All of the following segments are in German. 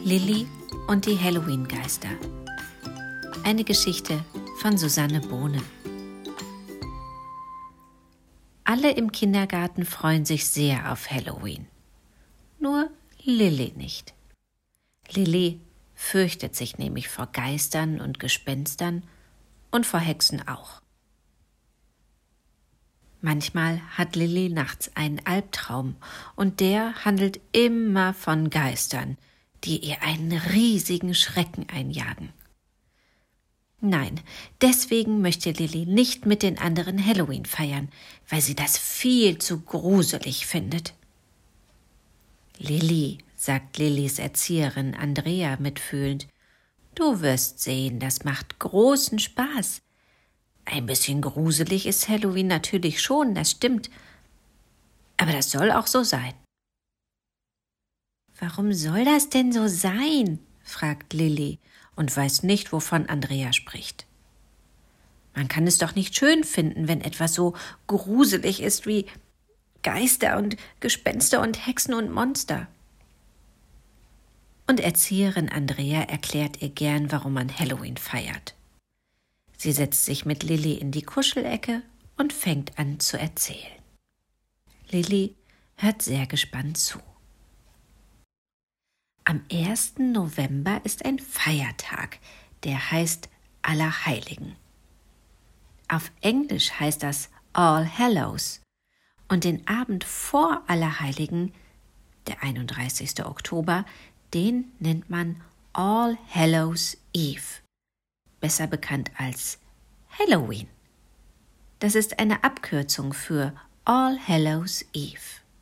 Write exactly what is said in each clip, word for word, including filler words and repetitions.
Lilli und die Halloween-Geister. Eine Geschichte von Susanne Bohne. Alle im Kindergarten freuen sich sehr auf Halloween. Nur Lilli nicht. Lilli fürchtet sich nämlich vor Geistern und Gespenstern und vor Hexen auch. Manchmal hat Lilli nachts einen Albtraum und der handelt immer von Geistern, die ihr einen riesigen Schrecken einjagen. Nein, deswegen möchte Lilli nicht mit den anderen Halloween feiern, weil sie das viel zu gruselig findet. Lilli, sagt Lillis Erzieherin Andrea mitfühlend, du wirst sehen, das macht großen Spaß. Ein bisschen gruselig ist Halloween natürlich schon, das stimmt, aber das soll auch so sein. Warum soll das denn so sein? Fragt Lilli und weiß nicht, wovon Andrea spricht. Man kann es doch nicht schön finden, wenn etwas so gruselig ist wie Geister und Gespenster und Hexen und Monster. Und Erzieherin Andrea erklärt ihr gern, warum man Halloween feiert. Sie setzt sich mit Lilli in die Kuschelecke und fängt an zu erzählen. Lilli hört sehr gespannt zu. Am ersten November ist ein Feiertag, der heißt Allerheiligen. Auf Englisch heißt das All Hallows und den Abend vor Allerheiligen, der einunddreißigsten Oktober, den nennt man All Hallows Eve, besser bekannt als Halloween. Das ist eine Abkürzung für All Hallows Eve.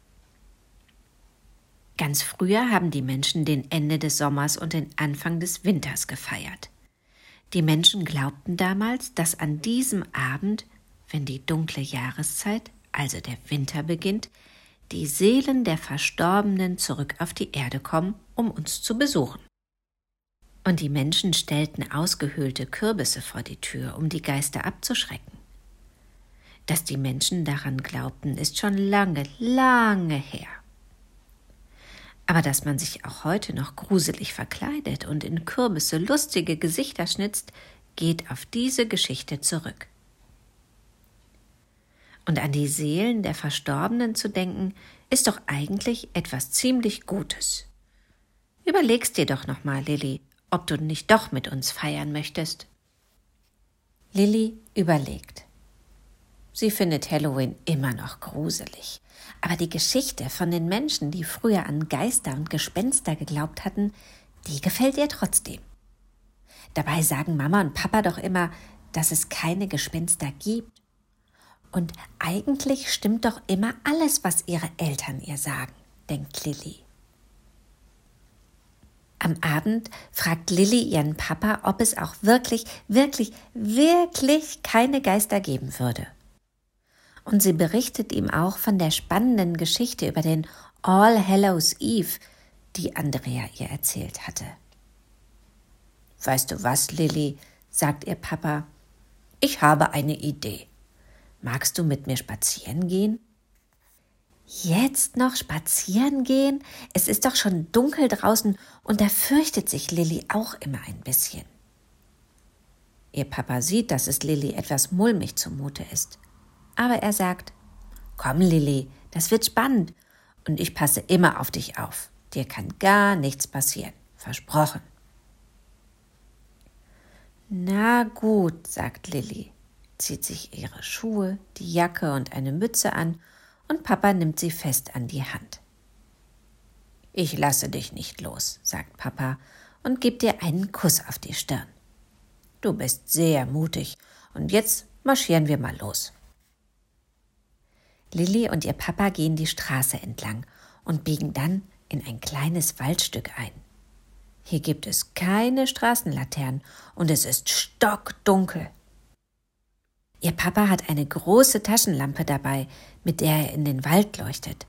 Ganz früher haben die Menschen den Ende des Sommers und den Anfang des Winters gefeiert. Die Menschen glaubten damals, dass an diesem Abend, wenn die dunkle Jahreszeit, also der Winter beginnt, die Seelen der Verstorbenen zurück auf die Erde kommen, um uns zu besuchen. Und die Menschen stellten ausgehöhlte Kürbisse vor die Tür, um die Geister abzuschrecken. Dass die Menschen daran glaubten, ist schon lange, lange her. Aber dass man sich auch heute noch gruselig verkleidet und in Kürbisse lustige Gesichter schnitzt, geht auf diese Geschichte zurück. Und an die Seelen der Verstorbenen zu denken, ist doch eigentlich etwas ziemlich Gutes. Überlegst dir doch nochmal, Lilli, ob du nicht doch mit uns feiern möchtest. Lilli überlegt. Sie findet Halloween immer noch gruselig. Aber die Geschichte von den Menschen, die früher an Geister und Gespenster geglaubt hatten, die gefällt ihr trotzdem. Dabei sagen Mama und Papa doch immer, dass es keine Gespenster gibt. Und eigentlich stimmt doch immer alles, was ihre Eltern ihr sagen, denkt Lilli. Am Abend fragt Lilli ihren Papa, ob es auch wirklich, wirklich, wirklich keine Geister geben würde. Und sie berichtet ihm auch von der spannenden Geschichte über den All Hallows Eve, die Andrea ihr erzählt hatte. Weißt du was, Lilli, sagt ihr Papa, ich habe eine Idee. Magst du mit mir spazieren gehen? Jetzt noch spazieren gehen? Es ist doch schon dunkel draußen und da fürchtet sich Lilli auch immer ein bisschen. Ihr Papa sieht, dass es Lilli etwas mulmig zumute ist. Aber er sagt, komm Lilli, das wird spannend und ich passe immer auf dich auf. Dir kann gar nichts passieren, versprochen. Na gut, sagt Lilli, zieht sich ihre Schuhe, die Jacke und eine Mütze an und Papa nimmt sie fest an die Hand. Ich lasse dich nicht los, sagt Papa und gibt dir einen Kuss auf die Stirn. Du bist sehr mutig und jetzt marschieren wir mal los. Lilli und ihr Papa gehen die Straße entlang und biegen dann in ein kleines Waldstück ein. Hier gibt es keine Straßenlaternen und es ist stockdunkel. Ihr Papa hat eine große Taschenlampe dabei, mit der er in den Wald leuchtet.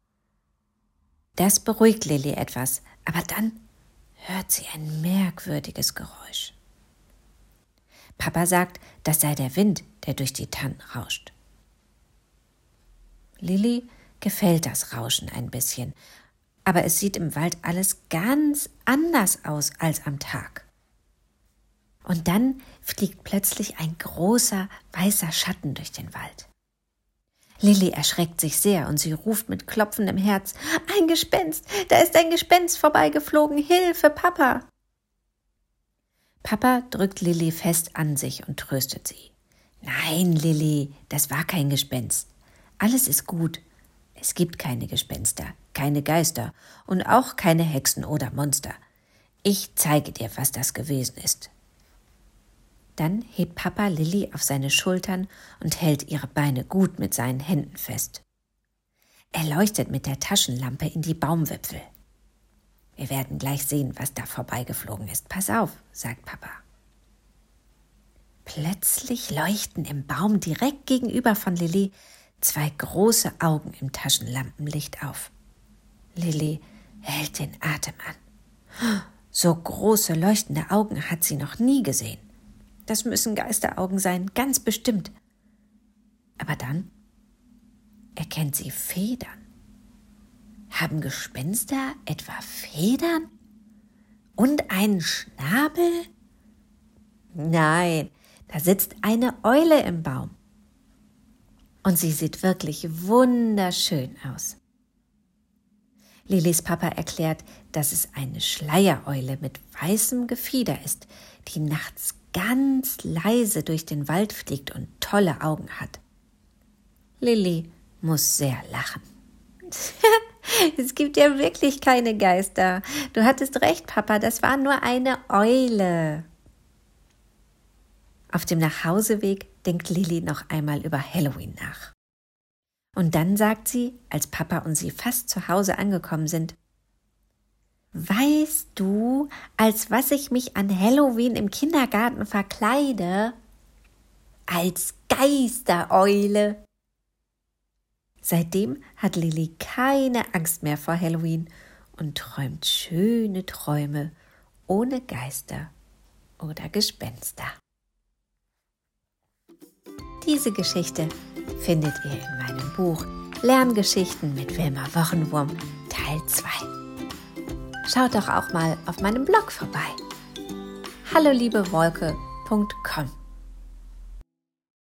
Das beruhigt Lilli etwas, aber dann hört sie ein merkwürdiges Geräusch. Papa sagt, das sei der Wind, der durch die Tannen rauscht. Lilli gefällt das Rauschen ein bisschen, Aber es sieht im Wald alles ganz anders aus als am Tag. Und dann fliegt plötzlich ein großer, weißer Schatten durch den Wald. Lilli erschreckt sich sehr und sie ruft mit klopfendem Herz: »Ein Gespenst! Da ist ein Gespenst vorbeigeflogen! Hilfe, Papa!« Papa drückt Lilli fest an sich und tröstet sie. »Nein, Lilli, das war kein Gespenst. Alles ist gut. Es gibt keine Gespenster, keine Geister und auch keine Hexen oder Monster. Ich zeige dir, was das gewesen ist.« Dann hebt Papa Lilli auf seine Schultern und hält ihre Beine gut mit seinen Händen fest. Er leuchtet mit der Taschenlampe in die Baumwipfel. »Wir werden gleich sehen, was da vorbeigeflogen ist. Pass auf«, sagt Papa. Plötzlich leuchten im Baum direkt gegenüber von Lilli zwei große Augen im Taschenlampenlicht auf. Lilli hält den Atem an. So große, leuchtende Augen hat sie noch nie gesehen. Das müssen Geisteraugen sein, ganz bestimmt. Aber dann erkennt sie Federn. Haben Gespenster etwa Federn? Und einen Schnabel? Nein, da sitzt eine Eule im Baum. Und sie sieht wirklich wunderschön aus. Lillis Papa erklärt, dass es eine Schleiereule mit weißem Gefieder ist, die nachts ganz leise durch den Wald fliegt und tolle Augen hat. Lilli muss sehr lachen. Es gibt ja wirklich keine Geister. Du hattest recht, Papa, das war nur eine Eule. Auf dem Nachhauseweg denkt Lilli noch einmal über Halloween nach. Und dann sagt sie, als Papa und sie fast zu Hause angekommen sind: »Weißt du, als was ich mich an Halloween im Kindergarten verkleide? Als Geistereule.« Seitdem hat Lilli keine Angst mehr vor Halloween und träumt schöne Träume ohne Geister oder Gespenster. Diese Geschichte findet ihr in meinem Buch Lerngeschichten mit Wilma Wochenwurm Teil zwei. Schaut doch auch mal auf meinem Blog vorbei. hallo liebe wolke punkt com.